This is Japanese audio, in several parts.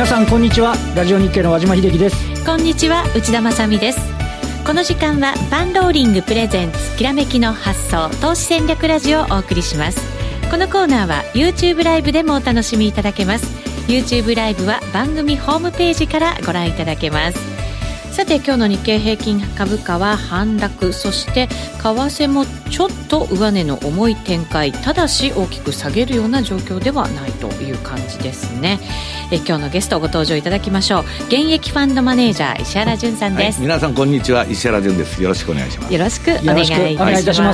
皆さんこんにちは。ラジオ日経の和島秀樹です。 こんにちは、内田まさみです。この時間はパンローリングプレゼンツきらめきの発想投資戦略ラジオをお送りします。このコーナーは YouTube ライブでもお楽しみいただけます。 YouTube ライブは番組ホームページからご覧いただけます。さて、今日の日経平均株価は反落、そして為替もちょっと上値の重い展開、ただし大きく下げるような状況ではないという感じですね。今日のゲストをご登場いただきましょう。現役ファンドマネージャー石原潤さんです。 皆さんこんにちは、石原潤です。よろしくお願いします。 よろしくお願いいたします。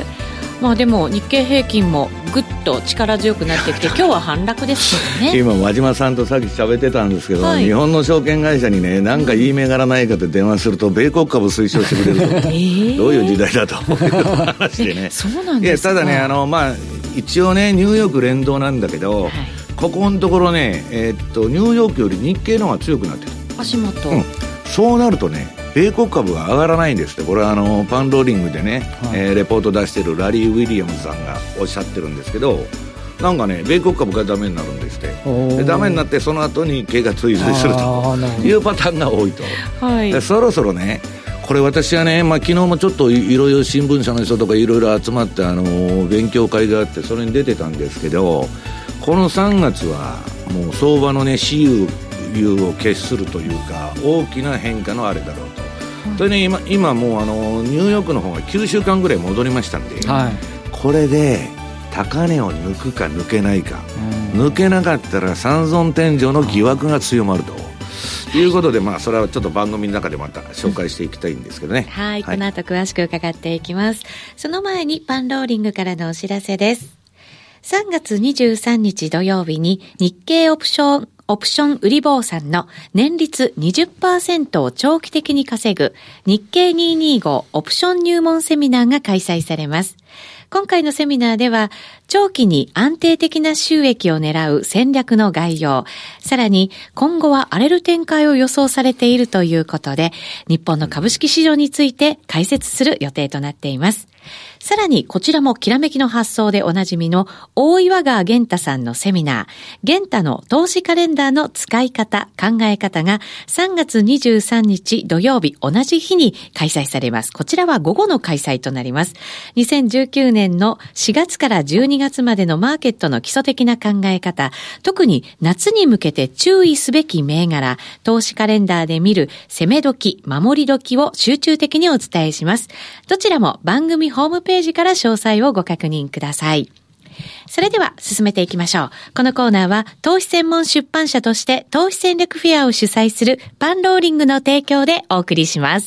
でも日経平均もぐっと力強くなってきて今日は反落ですよね。 今和島さんとさっき喋ってたんですけど、 はい、 日本の証券会社にね、なんかいい銘柄ないかって電話すると米国株推奨してくれると、どういう時代だという話でねそうなんですか。 いや、ただね、一応ねニューヨーク連動なんだけど、はい、ここのところね、ニューヨークより日経の方が強くなってる。 足元、 そうなるとね、米国株が上がらないんですって。これはパンローリングでね、レポート出してるラリー・ウィリアムズさんがおっしゃってるんですけど、なんかね、米国株がダメになるんですって。でダメになってその後に日経が追随するというパターンが多いと、はい、でそろそろね、これ私はね、昨日もちょっといろいろ新聞社の人とかいろいろ集まって勉強会があってそれに出てたんですけど、この3月はもう相場のね私有を決するというか大きな変化のあれだろうと。それね、今もうニューヨークの方が9週間ぐらい戻りましたんで、はい、これで高値を抜くか抜けないか、抜けなかったら三尊天井の疑惑が強まるということで、それはちょっと番組の中でまた紹介していきたいんですけどね、 はい、この後詳しく伺っていきます。その前にパンローリングからのお知らせです。3月23日土曜日に日経オプション売り坊さんの年率 20% を長期的に稼ぐ日経225オプション入門セミナーが開催されます。今回のセミナーでは長期に安定的な収益を狙う戦略の概要、さらに今後は荒れる展開を予想されているということで、日本の株式市場について解説する予定となっています。さらにこちらもきらめきの発想でおなじみの大岩川源太さんのセミナー、源太の投資カレンダーの使い方、考え方が3月23日土曜日同じ日に開催されます。こちらは午後の開催となります。2019年の4月から12月までのマーケットの基礎的な考え方、特に夏に向けて注意すべき銘柄、投資カレンダーで見る攻め時、守り時を集中的にお伝えします。どちらも番組ホームページから詳細をご確認ください。それでは進めていきましょう。このコーナーは投資専門出版社として投資戦略フェアを主催するパンローリングの提供でお送りします。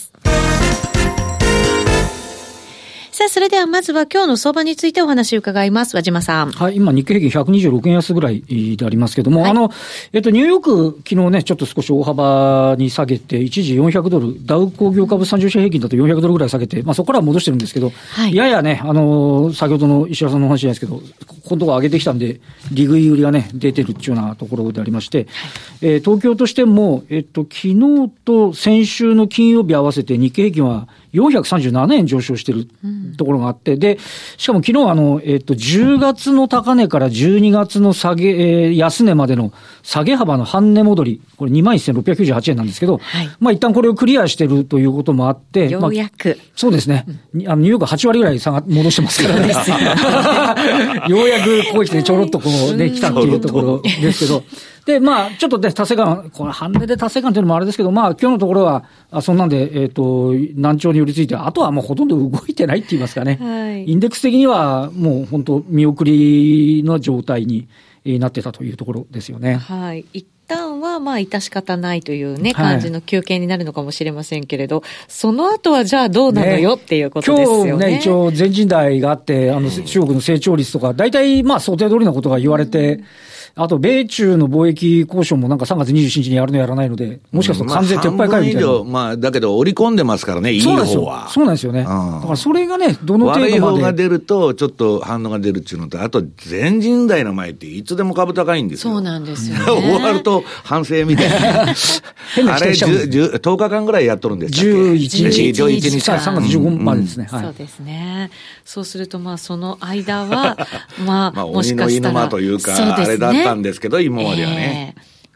さあ、それではまずは今日の相場についてお話を伺います。和島さん。 はい、今日経平均126円安ぐらいでありますけども、はい、ニューヨーク昨日ね、ちょっと少し大幅に下げて、一時400ドル、ダウ工業株30種平均だと400ドルぐらい下げて、そこからは戻してるんですけど、はい、ややね、先ほどの石原さんの話じゃないですけど、ここのところ上げてきたんで、利食い売りがね、出てるっていうようなところでありまして、はい、東京としても、昨日と先週の金曜日合わせて日経平均は437円上昇してるところがあって、で、しかも昨日10月の高値から12月の下げ、安値までの下げ幅の半値戻り、これ 21,698 円なんですけど、はい、一旦これをクリアしてるということもあって、 ようやく。 そうですね。ニューヨーク8割ぐらい戻してますからね。ようやくここに来てちょろっと来たっていうところですけど、で、ちょっとね、達成感、これ半値で達成感というのもあれですけど、今日のところは、そんなんで、難聴に寄りついて、あとはもうほとんど動いてないって言いますかね。はい、インデックス的にはもう本当見送りの状態になってたというところですよね。 はい。一旦は致し方ないというね、感じの休憩になるのかもしれませんけれど、その後はじゃあどうなのよっていうことですよね。 今日ね、一応全人代があって、中国の成長率とか、大体想定通りのことが言われて、あと、米中の貿易交渉もなんか3月27日にやるのやらないので、もしかすると完全撤廃会みたいな。 半分以上、だけど織り込んでますからね、いい方は。 そうなんですよね。だからそれがね、どの程度まで。 悪い方が出ると、ちょっと反応が出るっていうのと、あと、全人代の前っていつでも株高いんですよ。 そうなんですよね。 終わると反省みたいな。変なあれ、10日間ぐらいやっとるんですか 11日。3月15日までですね。 そうですね。そうすると、その間は、もしかしたら。 鬼の犬間というか、あれだったんですけど、今まではね。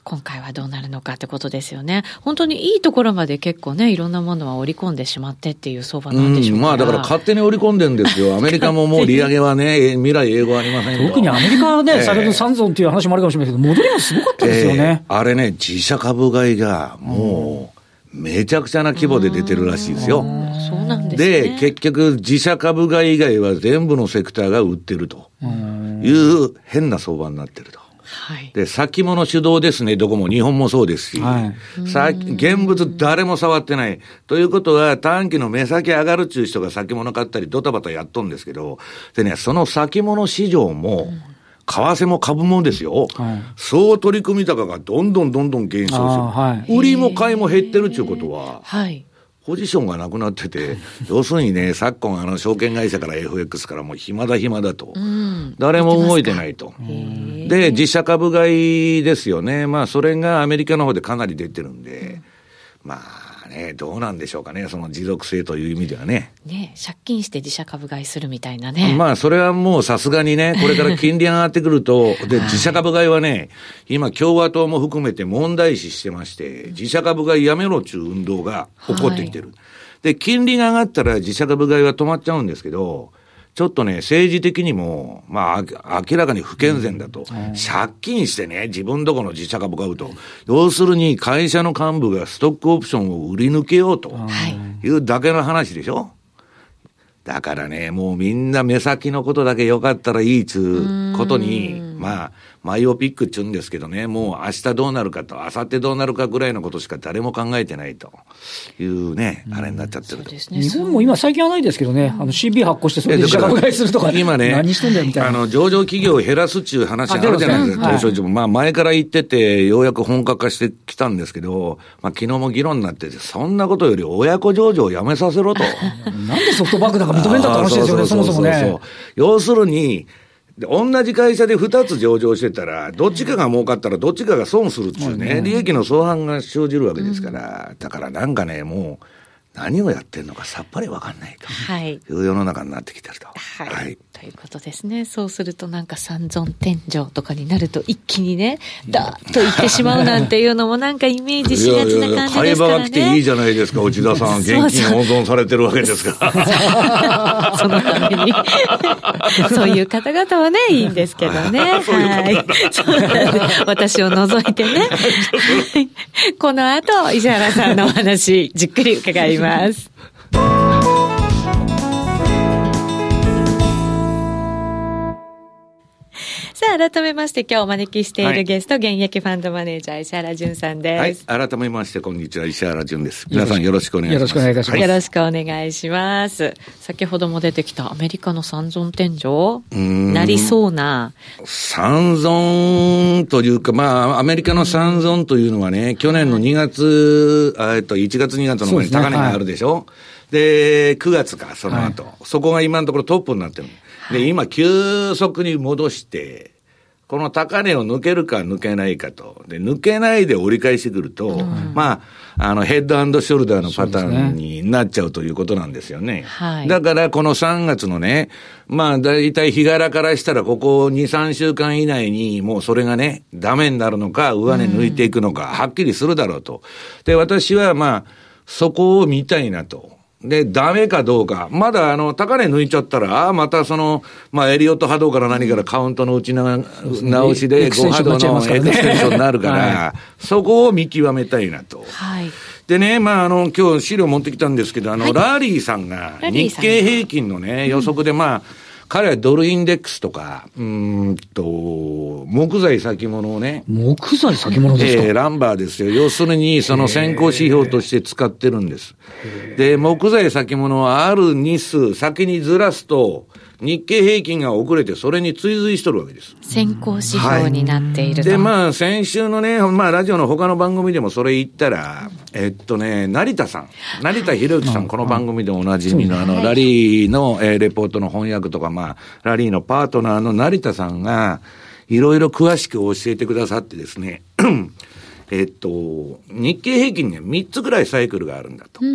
今回はどうなるのかってことですよね。本当にいいところまで結構ね、いろんなものは織り込んでしまってっていう相場なんでしょうから。 だから勝手に織り込んでるんですよ。アメリカももう利上げはね、未来英語ありませんと。 特にアメリカはね、先ほどサンゾンっていう話もあるかもしれないけど、戻りもすごかったですよね。 あれね、自社株買いがもうめちゃくちゃな規模で出てるらしいですよ。 そうなんですね。 で、結局自社株買い以外は全部のセクターが売ってるという変な相場になってると。 はい、 で、先物主導ですね、どこも、日本もそうですし、現物誰も触ってない。ということは、短期の目先上がるっていう人が先物買ったりドタバタやっとんですけど、でね、その先物市場も、為替も株もですよ、総取組高がどんどん減少する。売りも買いも減ってるっていうことは、ポジションがなくなってて、要するにね、昨今証券会社から FX からもう暇だと、誰も動いてないと。で、自社株買いですよね。それがアメリカの方でかなり出てるんで、どうなんでしょうかね、その持続性という意味ではね。 借金して自社株買いするみたいなね。 それはもうさすがにね、これから金利上がってくると、で、自社株買いはね、今共和党も含めて問題視してまして、自社株買いやめろっちゅう運動が起こってきてる。で、金利が上がったら自社株買いは止まっちゃうんですけど、ちょっとね、政治的にも、明らかに不健全だと。借金してね、自分どこの自社株買うと。要するに、会社の幹部がストックオプションを売り抜けようというだけの話でしょ。だからね、もうみんな目先のことだけ良かったらいいつうことに、マイオピックっちゅうんですけどね、もう明日どうなるかと、明後日どうなるかぐらいのことしか誰も考えてないというね、あれになっちゃってると。 日本も今最近はないですけどね、CB 発行してそれで自社株買いするとか、 今ね、 何してんだよみたいな。 上場企業を減らすっていう話あるじゃないですか、東証一部。前から言ってて、ようやく本格化してきたんですけど、昨日も議論になってて、そんなことより親子上場をやめさせろと。 なんでソフトバンクなんか認めんだって話ですよね、そもそもね。 要するに、同じ会社で2つ上場してたら、どっちかが儲かったらどっちかが損するっていうね、利益の相反が生じるわけですから、だからなんかね、もう何をやってるのかさっぱりわかんないという世の中になってきてると。 ということですね。そうするとなんか三尊天井とかになると一気にね、ダーッといってしまうなんていうのもなんかイメージしがちな感じですからね。 会話が来ていいじゃないですか、内田さん。現金温存されてるわけですから。 そのために。そういう方々はね、いいんですけどね。私を除いてね。この後、石原さんのお話、じっくり伺います。さあ、改めまして今日お招きしているゲスト、現役ファンドマネージャー石原淳さんです。 改めましてこんにちは、石原淳です。皆さんよろしくお願いします。 よろしくお願いいたします。 よろしくお願いします。先ほども出てきたアメリカの三尊天井なりそうな。 三尊というか、アメリカの三尊というのはね、去年の2月、1月2月の前に高値があるでしょ。で、9月か、その後。そこが今のところトップになってる。で、今、急速に戻して、この高値を抜けるか抜けないかと。で、抜けないで折り返してくると、ヘッド&ショルダーのパターンになっちゃうということなんですよね。だから、この3月のね、だいたい日柄からしたら、ここ2、3週間以内に、もうそれがね、ダメになるのか、上値抜いていくのか、はっきりするだろうと。で、私は、そこを見たいなと。で、ダメかどうか。まだ高値抜いちゃったら、またエリオット波動から何からカウントの打ち直しで、5波動のエクステンションになるから、そこを見極めたいなと。でね、今日資料持ってきたんですけど、ラリーさんが日経平均のね、予測で彼はドルインデックスとか、木材先物をね。 木材先物ですか？ ランバーですよ。要するに、その先行指標として使ってるんです。で、木材先物はある日数先にずらすと、日経平均が遅れてそれに追随しとるわけです。 先行指標になっていると。 で、先週のね、ラジオの他の番組でもそれ言ったら、成田博之さん、この番組でおなじみのラリーの、レポートの翻訳とか、ラリーのパートナーの成田さんが、いろいろ詳しく教えてくださってですね、日経平均には3つぐらいサイクルがあるんだと。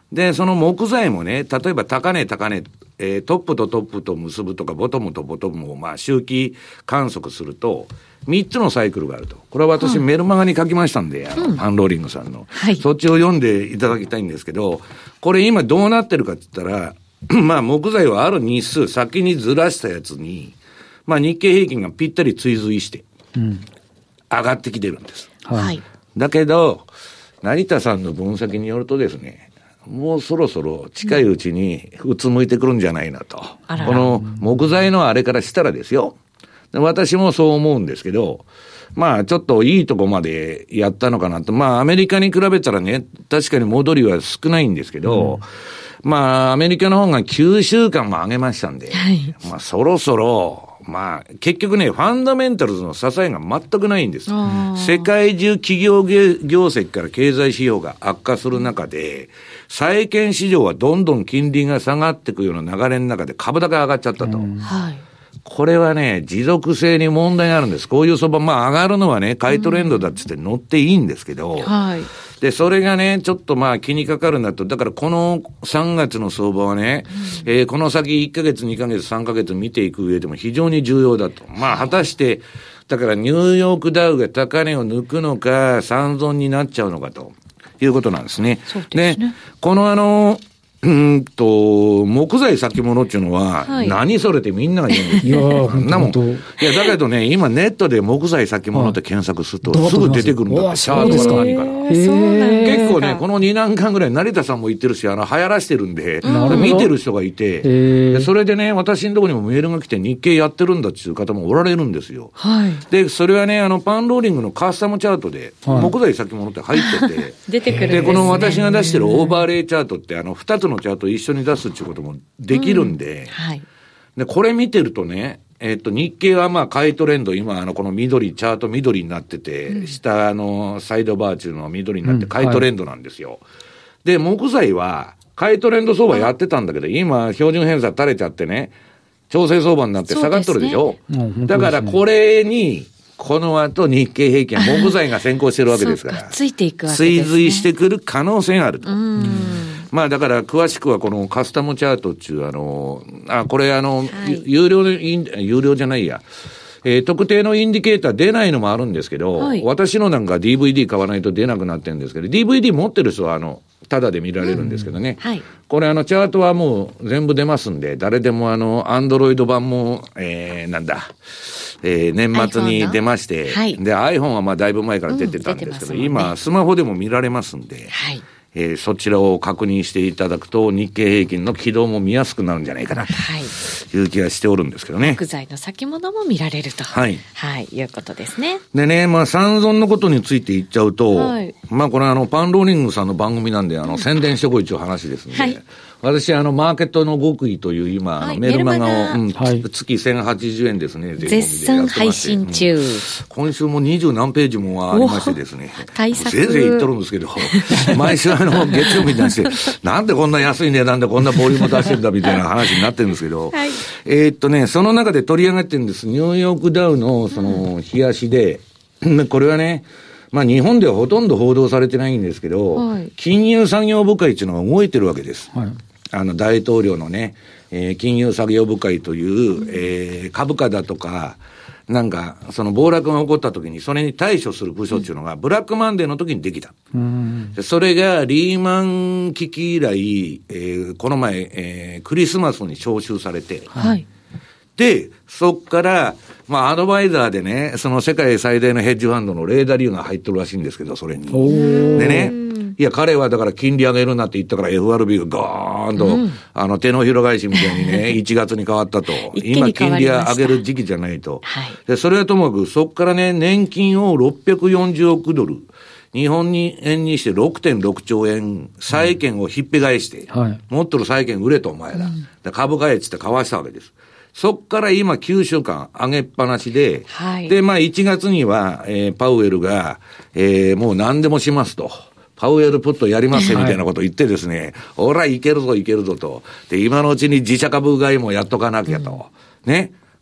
で、その木材もね、例えば高値、トップとトップと結ぶとか、ボトムとボトムを周期観測すると、3つのサイクルがあると。これは私、メルマガに書きましたんで、パンローリングさんの、 はい。 そっちを読んでいただきたいんですけど、これ今どうなってるかって言ったら、木材はある日数先にずらしたやつに、日経平均がぴったり追随して、上がってきてるんです。 はい。 だけど、成田さんの分析によるとですね、もうそろそろ近いうちにうつむいてくるんじゃないなと。この木材のあれからしたらですよ。私もそう思うんですけど、ちょっといいとこまでやったのかなと。アメリカに比べたらね、確かに戻りは少ないんですけど、アメリカの方が9週間も上げましたんで、 はい。 そろそろ、結局ね、ファンダメンタルズの支えが全くないんです。世界中企業業績から経済指標が悪化する中で、債券市場はどんどん金利が下がっていくような流れの中で株高が上がっちゃったと。 はい。 これはね、持続性に問題があるんです。こういう相場、上がるのはね、買いトレンドだっつって乗っていいんですけど、 はい。 で、それがね、ちょっと気にかかるんだと。だからこの3月の相場はね、この先1ヶ月、2ヶ月、3ヶ月見ていく上でも非常に重要だと。果たして、だからニューヨークダウが高値を抜くのか、三損になっちゃうのかということなんですね。 そうですね。 で、この木材先物っていうのは、何それってみんなが言うんですよ。 本当。 いや、だけどね、今ネットで木材先物って検索すると、すぐ出てくるんだ。チャートが何から。結構ね、この2年間ぐらい成田さんも言ってるし、流行らしてるんで、見てる人がいて、で、それでね、私のところにもメールが来て日経やってるんだっていう方もおられるんですよ。 はい。 で、それはね、パンローリングのカスタムチャートで、木材先物って入ってて、 出てくるんですね。 で、この私が出してるオーバーレイチャートって、2つのチャートを一緒に出すっていうこともできるんで、 はい。 で、これ見てるとね、日経は買いトレンド、今この緑、チャート緑になってて、下サイドバー中の緑になって買いトレンドなんですよ。で、木材は買いトレンド相場やってたんだけど、今標準偏差垂れちゃってね、調整相場になって下がっとるでしょ。だからこれに、この後日経平均は木材が先行してるわけですから。 ついていくわけですね。 追随してくる可能性があると。だから詳しくはこのカスタムチャートっていうこれ有料じゃないや。特定のインディケーター出ないのもあるんですけど、私のなんか DVD 買わないと出なくなってるんですけど、DVD 持ってる人はタダで見られるんですけどね。これチャートはもう全部出ますんで、誰でもアンドロイド版も、年末に出まして、で、iPhone はだいぶ前から出てたんですけど、今、スマホでも見られますんで、そちらを確認していただくと、日経平均の軌道も見やすくなるんじゃないかなという気がしておるんですけどね。 木材の先物も見られると。いうことですね。 でね、三尊のことについて言っちゃうと、これパンローリングさんの番組なんで、宣伝してこいという話ですんで、私、マーケットの極意という今、メルマガを、月1080円ですね。 絶賛配信中。 今週も20何ページもありましてですね。 対策。 ぜいぜい言っとるんですけど、毎週月曜日に出して、なんでこんな安い値段でこんなボリューム出してるんだみたいな話になってるんですけど、その中で取り上がってるんです。ニューヨークダウの冷やしで、これはね、日本ではほとんど報道されてないんですけど、金融作業部会っていうのが動いてるわけです。大統領のね、金融作業部会という、株価だとか、その暴落が起こった時に、それに対処する部署っていうのが、ブラックマンデーの時にできた。それが、リーマン危機以来、この前、クリスマスに招集されて、で、そっから、アドバイザーでね、その世界最大のヘッジファンドのレーダーリューが入ってるらしいんですけど、それに。でね、いや、彼はだから金利上げるなって言ったから FRB がガーンと、手のひら返しみたいにね、1月に変わったと。今金利上げる時期じゃないと。で、それはともかく、そっからね、年金を640億ドル。日本円にして 6.6 兆円、債券をひっぺ返して、持っとる債券売れとお前ら。株買えっつって買わしたわけです。そっから今9週間上げっぱなしで、で、1月には、パウエルが、もう何でもしますと。パウエルプットやりますみたいなことを言ってですね、ほら、いけるぞと。で、今のうちに自社株買いもやっとかなきゃと。ね。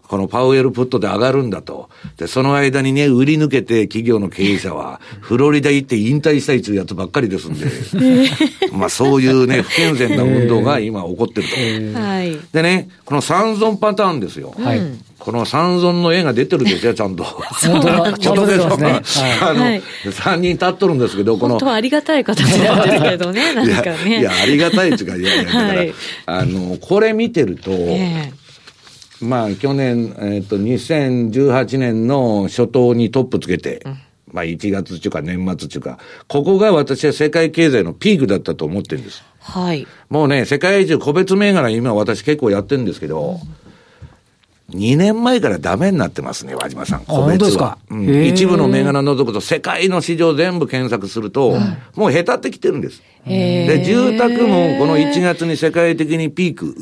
このパウエルプットで上がるんだと。で、その間にね、売り抜けて企業の経営者は、フロリダ行って引退したいというやつばっかりですんで、まあそういうね、不健全な運動が今起こってると。でね、この三尊パターンですよ。この三尊の絵が出てるんですよ、ちゃんと。 本当ですね。 3人立っとるんですけど、この。 本当はありがたい形になってるけどね、なんかね。 いや、ありがたいっていうか、だから、これ見てると、まあ、去年、2018年の初頭にトップつけて、まあ、1月っていうか年末っていうか、ここが私は世界経済のピークだったと思ってるんです。もうね、世界中個別銘柄今私結構やってるんですけど、2年前からダメになってますね、和島さん。個別は。一部の銘柄除くと、世界の市場全部検索すると、もう下手ってきてるんです。で、住宅もこの1月に世界的にピーク打って、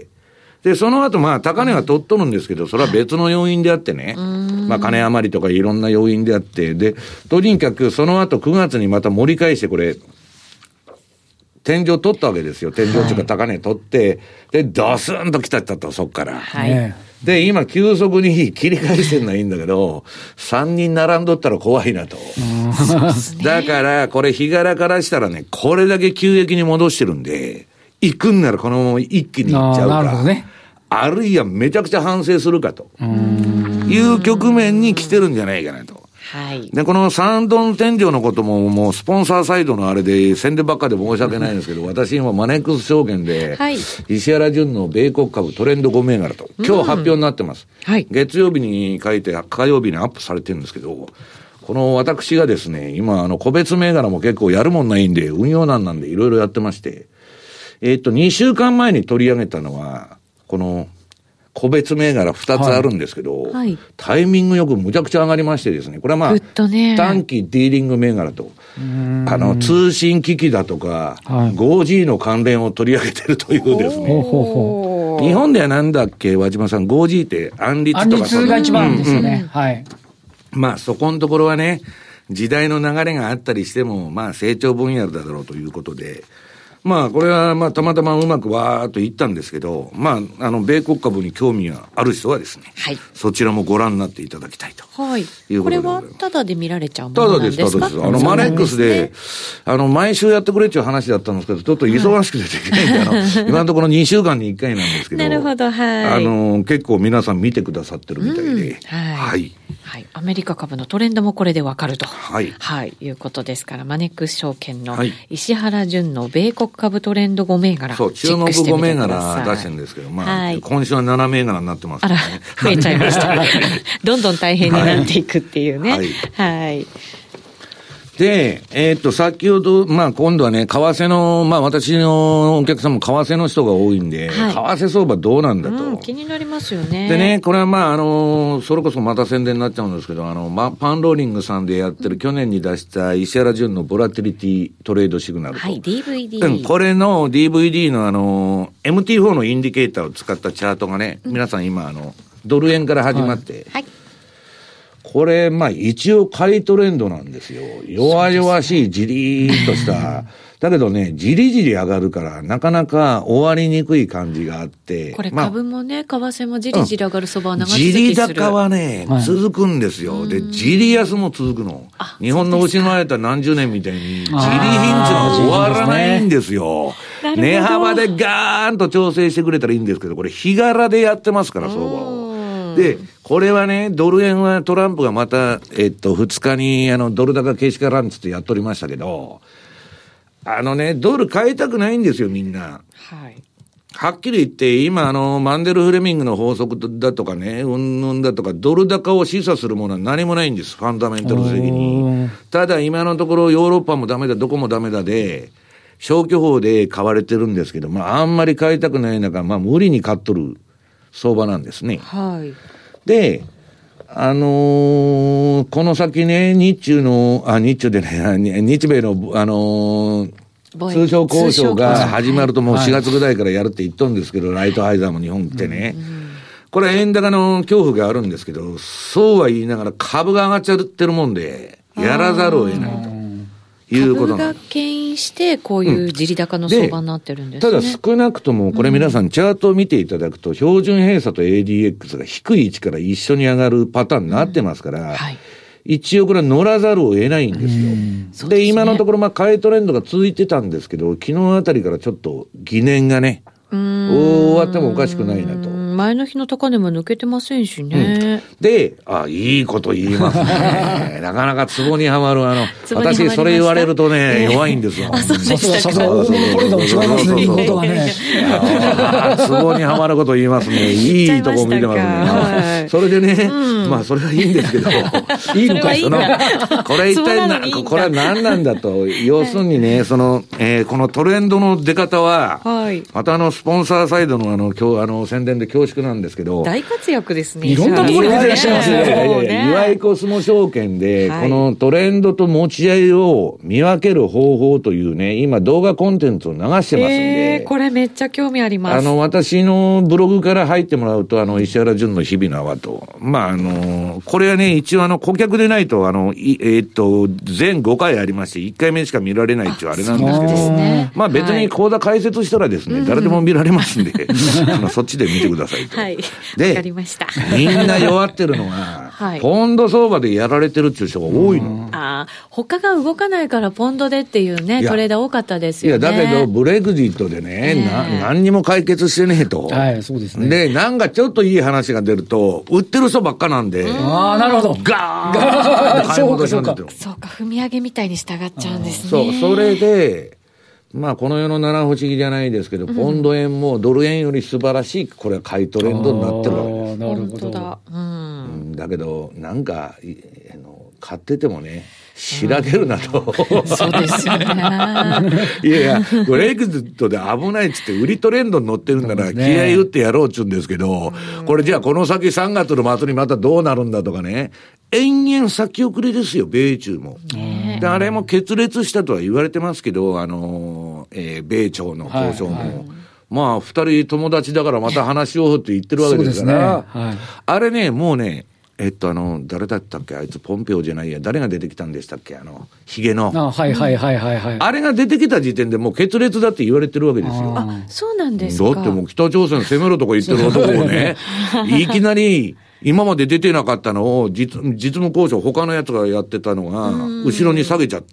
で、その後、まあ、高値は取っとるんですけど、それは別の要因であってね。まあ、金余りとかいろんな要因であって、で、とにかくその後9月にまた盛り返して、これ、天井取ったわけですよ。天井というか高値取って、で、ドスンと来たったと、そっから。で、今、急速に切り返してるのはいいんだけど、3人並んどったら怖いなと。だから、これ、日柄からしたらね、これだけ急激に戻してるんで、行くんならこのまま一気に行っちゃうか。あるいはめちゃくちゃ反省するかと。いう局面に来てるんじゃないかなと。で、この三尊天井のことも、もうスポンサーサイドのあれで宣伝ばっかで申し訳ないんですけど、私今マネックス証券で、石原淳の米国株トレンド5銘柄と、今日発表になってます。月曜日に書いて、火曜日にアップされてるんですけど、この私がですね、今個別銘柄も結構やるもんないんで、運用難なんでいろいろやってまして、2週間前に取り上げたのは、この、個別銘柄2つあるんですけど、タイミングよくむちゃくちゃ上がりましてですね、これはまあ、短期ディーリング銘柄と、通信機器だとか、5G の関連を取り上げてるというですね、日本ではなんだっけ、和島さん、5G って安立とか。 安立が一番ですよね。 まあ、そこのところはね、時代の流れがあったりしても、まあ、成長分野だろうということで、まあ、これは、まあ、たまたまうまくわーっといったんですけど、まあ、米国株に興味がある人はですね、そちらもご覧になっていただきたいと。 これは、ただで見られちゃうものなんですか？ ただです。マネックスで、毎週やってくれっていう話だったんですけど、ちょっと忙しくてできないんで、今のところ2週間に1回なんですけど、 なるほど、 結構皆さん見てくださってるみたいで、 アメリカ株のトレンドもこれでわかると、いうことですから、マネックス証券の石原淳の米国株トレンド5銘柄、 そう、注目5銘柄出してるんですけど、まあ、今週は7銘柄になってますからね。 増えちゃいました。どんどん大変になっていくっていうね。 で、先ほど、まあ今度はね、為替の、まあ私のお客さんも為替の人が多いんで、為替相場どうなんだと。 気になりますよね。 でね、これはまあそれこそまた宣伝になっちゃうんですけど、パンローリングさんでやってる去年に出した石原淳のボラティリティトレードシグナルと。 DVD。 これの DVD のMT4 のインディケーターを使ったチャートがね、皆さん今ドル円から始まって、これ、まあ一応買いトレンドなんですよ。弱々しいじりーっとした。だけどね、じりじり上がるから、なかなか終わりにくい感じがあって。 これ株もね、為替もじりじり上がる相場は長続きする。 じり高はね、続くんですよ。で、じり安も続くの。日本の失われた何十年みたいに、じり貧地が終わらないんですよ。値幅でガーンと調整してくれたらいいんですけど、これ日柄でやってますから、相場を。で、これはね、ドル円はトランプがまた、2日にドル高けしからんつってやっとりましたけど、ドル買いたくないんですよ、みんな。はっきり言って、今マンデル・フレミングの法則だとかね、うんぬんだとか、ドル高を示唆するものは何もないんです、ファンダメンタル的に。ただ今のところヨーロッパもダメだ、どこもダメだで、消去法で買われてるんですけど、まああんまり買いたくない中、まあ無理に買っとる相場なんですね。で、この先ね、日米の、通商交渉が始まるともう4月ぐらいからやるって言っとるんですけど、ライトハイザーも日本来てね。これ円高の恐怖があるんですけど、そうは言いながら株が上がっちゃってるもんで、やらざるを得ないということ株が牽引してこういう地利高の相場になってるんですね。 ただ少なくともこれ皆さんチャートを見ていただくと、標準偏差と ADX が低い位置から一緒に上がるパターンになってますから、はい、一応これは乗らざるを得ないんですよ。で、今のところ買いトレンドが続いてたんですけど、昨日あたりからちょっと疑念がね、終わってもおかしくないなと。 前の日の高値も抜けてませんしね。 で、いいこと言いますね。なかなかツボにはまる、私それ言われるとね、弱いんですよ。 そうでしたか。 これが違いますね、ことがね。 ツボにはまること言いますね。いいとこ見てますね。それでね、それはいいんですけど。 いいのかいこれ一体これは何なんだと。要するにね、このトレンドの出方は、またスポンサーサイドの今日宣伝で恐縮なんですけど。 大活躍ですね。 いろんなところに出てらっしゃいますね。岩井コスモ証券で、このトレンドと持ち合いを見分ける方法というね、今動画コンテンツを流してますんで。 これめっちゃ興味あります。 私のブログから入ってもらうと、石原淳の日々の泡と。これはね、一応顧客でないと、全5回ありまして、1回目しか見られないっていうあれなんですけど、別に講座解説したらですね、誰でも見られますんで、そっちで見てくださいと。 はい。 で、 わかりました。 みんな弱ってるのは、ポンド相場でやられてるっていう人が多いの。 他が動かないからポンドでっていうね、トレーダー多かったですよね。 だけど、ブレグジットでね、何にも解決してねえと。 はい、そうですね。 で、なんかちょっといい話が出ると、売ってる人ばっかなんで。 なるほど。 ガーッ買い戻しなんだよ。 そうか、踏み上げみたいに従っちゃうんですね。 それで、この世の七不思議じゃないですけど、ポンド円もドル円より素晴らしい、これは買いトレンドになってるわけです。 なるほど。 だけど、なんか、買っててもね、しらけるなと。 そうですよね。 いや、ブレイクジットで危ないっつって売りトレンドに乗ってるんだから、気合い打ってやろうっちゅうんですけど、これじゃあこの先3月の末にまたどうなるんだとかね、延々先送りですよ、米中も。で、あれも決裂したとは言われてますけど、米朝の交渉も。二人友達だからまた話しようって言ってるわけですから、あれね、もうね、誰だったっけ、あいつポンペオじゃないや、誰が出てきたんでしたっけ、ヒゲの。あれが出てきた時点でもう決裂だって言われてるわけですよ。 そうなんですか。 だってもう北朝鮮攻めろとか言ってる男をね、いきなり、今まで出てなかったのを実務交渉他のやつがやってたのが後ろに下げちゃって、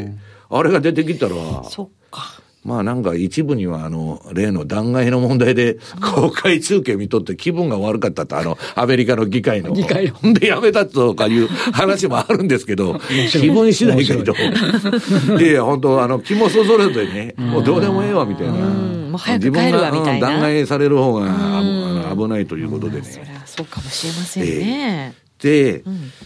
あれが出てきたら、 そっか。 なんか一部には例の弾劾の問題で公開中継見とって気分が悪かったと、アメリカの議会の。ほんでやめたとかいう話もあるんですけど、気分次第かいと。いや、本当気もそぞれでね、もうどうでもええわみたいな。 もう早く帰るわみたいな。 弾劾される方が危ないということでね。 それはそうかもしれませんね。 で、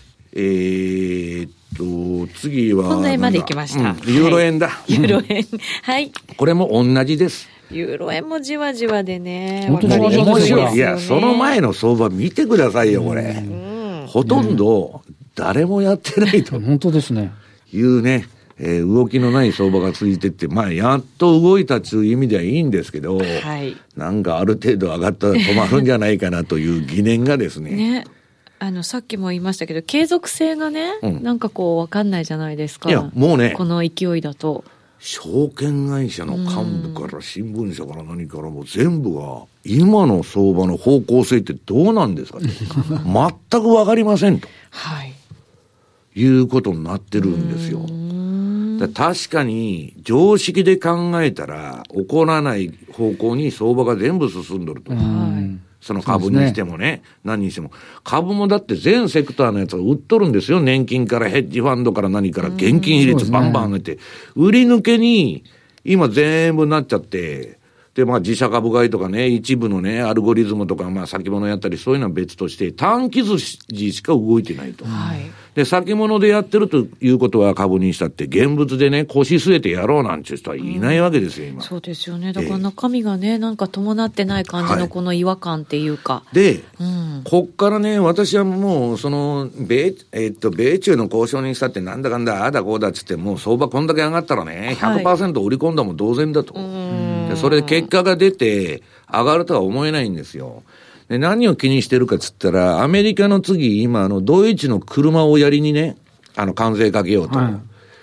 次は。 本題まで行きました。 ユーロ円だ。 ユーロ円。はい。 これも同じです。 ユーロ円もじわじわでね。 本当に面白い。いや、その前の相場見てくださいよ、これ。ほとんど誰もやってないと。 本当ですね。 いうね。動きのない相場が続いてって、やっと動いたという意味ではいいんですけど、なんかある程度上がったら止まるんじゃないかなという疑念がですね。 さっきも言いましたけど、継続性がね、なんかわかんないじゃないですか。 いや、もうね。 この勢いだと。 証券会社の幹部から新聞社から何からも全部が、今の相場の方向性ってどうなんですかね。全くわかりませんと。いうことになってるんですよ。確かに常識で考えたら起こらない方向に相場が全部進んどると。その株にしてもね、何にしても。株もだって全セクターのやつが売っとるんですよ。年金からヘッジファンドから何から現金比率バンバン上げて。売り抜けに今全部なっちゃって、で、自社株買いとかね、一部のね、アルゴリズムとか、先物やったり、そういうのは別として、短期筋しか動いてないと。で、先物でやってるということは株にしたって、現物でね、腰据えてやろうなんていう人はいないわけですよ、今。 そうですよね。だから中身がね、なんか伴ってない感じのこの違和感っていうか。 で、こっからね、私はもう、米中の交渉にしたってなんだかんだ、ああだこうだっつって、もう相場こんだけ上がったらね、100% 売り込んだも同然だと。それで結果が出て上がるとは思えないんですよ。で、何を気にしてるかっつったら、アメリカの次、今ドイツの車をやりにね、関税かけようと。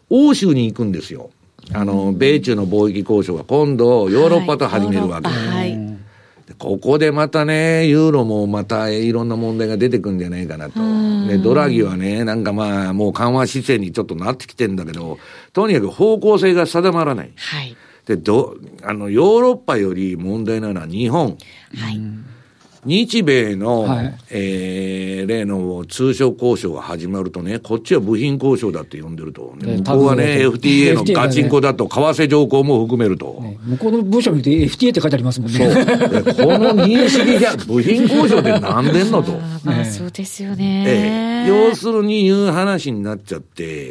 欧州に行くんですよ。米中の貿易交渉が今度ヨーロッパと始めるわけです、はい、ここでまたねユーロもまたいろんな問題が出てくるんじゃないかなと。でドラギはねなんかまあもう緩和姿勢にちょっとなってきてんだけど、とにかく方向性が定まらない、はい、でヨーロッパより問題なのは日本、はい、日米の、はい例の通商交渉が始まるとね、こっちは部品交渉だって呼んでると、向こうはね FTA のガチンコだと為替条項も含めると、 向こうの文章見て FTA って書いてありますもんね。 そうでこの認識じゃ部品交渉って何でんのとまあそうですよね、 要するにいう話になっちゃって、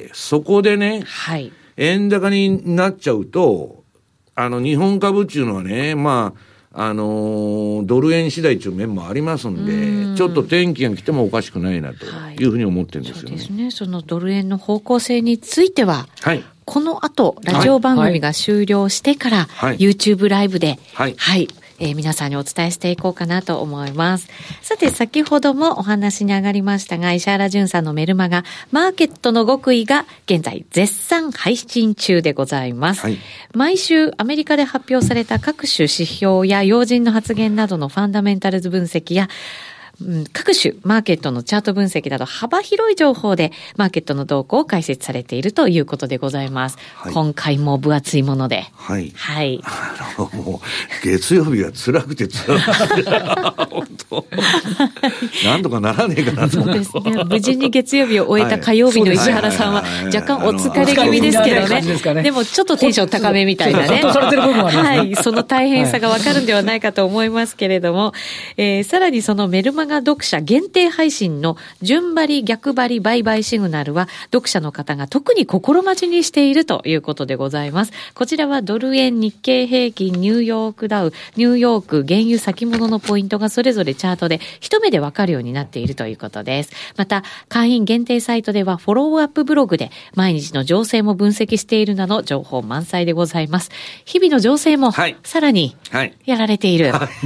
そこでね、はい、円高になっちゃうと日本株っていうのはね、まあドル円次第という面もありますんで、ちょっと転機が来てもおかしくないなというふうに思ってるんですよね。 そうですね。そのドル円の方向性については、はい、この後ラジオ番組が終了してから、はい、YouTube ライブで、はいはい皆さんにお伝えしていこうかなと思います。さて先ほどもお話に上がりましたが、石原淳さんのメルマガマーケットの極意が現在絶賛配信中でございます、はい、毎週アメリカで発表された各種指標や要人の発言などのファンダメンタルズ分析や各種マーケットのチャート分析など幅広い情報でマーケットの動向を解説されているということでございます、はい、今回も分厚いもので、はい、はい、 もう月曜日は辛くて辛くて本当なんとかならねえかなと思って。 そうですね。無事に月曜日を終えた火曜日の石原さんは若干お疲れ気味ですけどね、でもちょっとテンション高めみたいなね、はい、その大変さがわかるんではないかと思いますけれども、さらにそのメルマガ読者限定配信の順張り逆張り売買シグナルは読者の方が特に心待ちにしているということでございます。こちらはドル円、日経平均、ニューヨークダウ、ニューヨーク原油先物のポイントがそれぞれチャートで一目でわかるようになっているということです。また会員限定サイトではフォローアップブログで毎日の情勢も分析しているなど情報満載でございます。日々の情勢もさらにやられている、はい、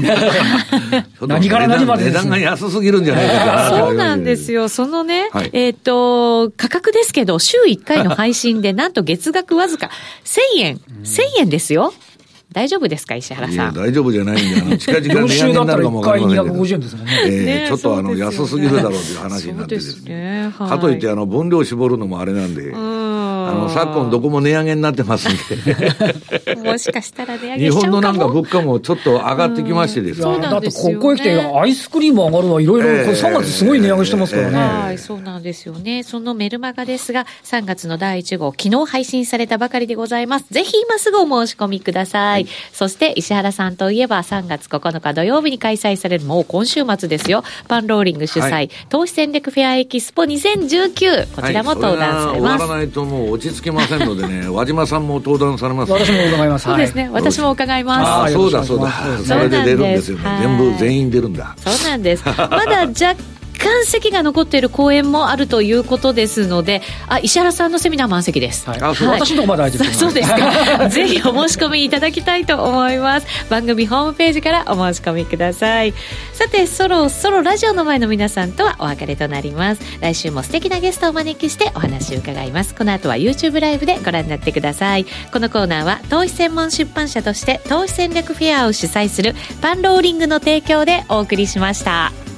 何から何までですね。 安すぎるんじゃないかな。 そうなんですよ。そのね、はい、価格ですけど週1回の配信でなんと月額わずか1000円1000円ですよ。大丈夫ですか石原さん。いや大丈夫じゃないんで近々値上げになるかもわかりませんけど、 4週だったら1回250円ですもんね。 ちょっと安すぎるだろうという話になってですね、はい、かといって分量絞るのもあれなんで、昨今どこも値上げになってますんでもしかしたら値上げしちゃうかも。 日本のなんか物価もちょっと上がってきましてですね、 だってここへ来てアイスクリーム上がるわ、いろいろ3月すごい値上げしてますからね、 はい、そうなんですよね。そのメルマガですが3月の第1号昨日配信されたばかりでございます。ぜひ今すぐお申し込みください、はい、そして石原さんといえば3月9日土曜日に開催される、もう今週末ですよ、パンローリング主催、はい、投資戦略フェアエキスポ2019、こちらも登壇されます、 終わらないともう落ち着きませんのでね和島さんも登壇されます、 私も伺います。 そうですね、私も伺います。 そうだそれで出るんですよね、全員出るんだ。 そうなんですまだ若干席が残っている講演もあるということですので、石原さんのセミナー満席です、 はいはい、私のとこまだ空いてる。 そうですかぜひお申し込みいただきたいと思います。番組ホームページからお申し込みください。さてそろそろラジオの前の皆さんとはお別れとなります。来週も素敵なゲストをお招きしてお話を伺います。この後は YouTube ライブでご覧になってください。このコーナーは投資専門出版社として投資戦略フェアを主催するパンローリングの提供でお送りしました。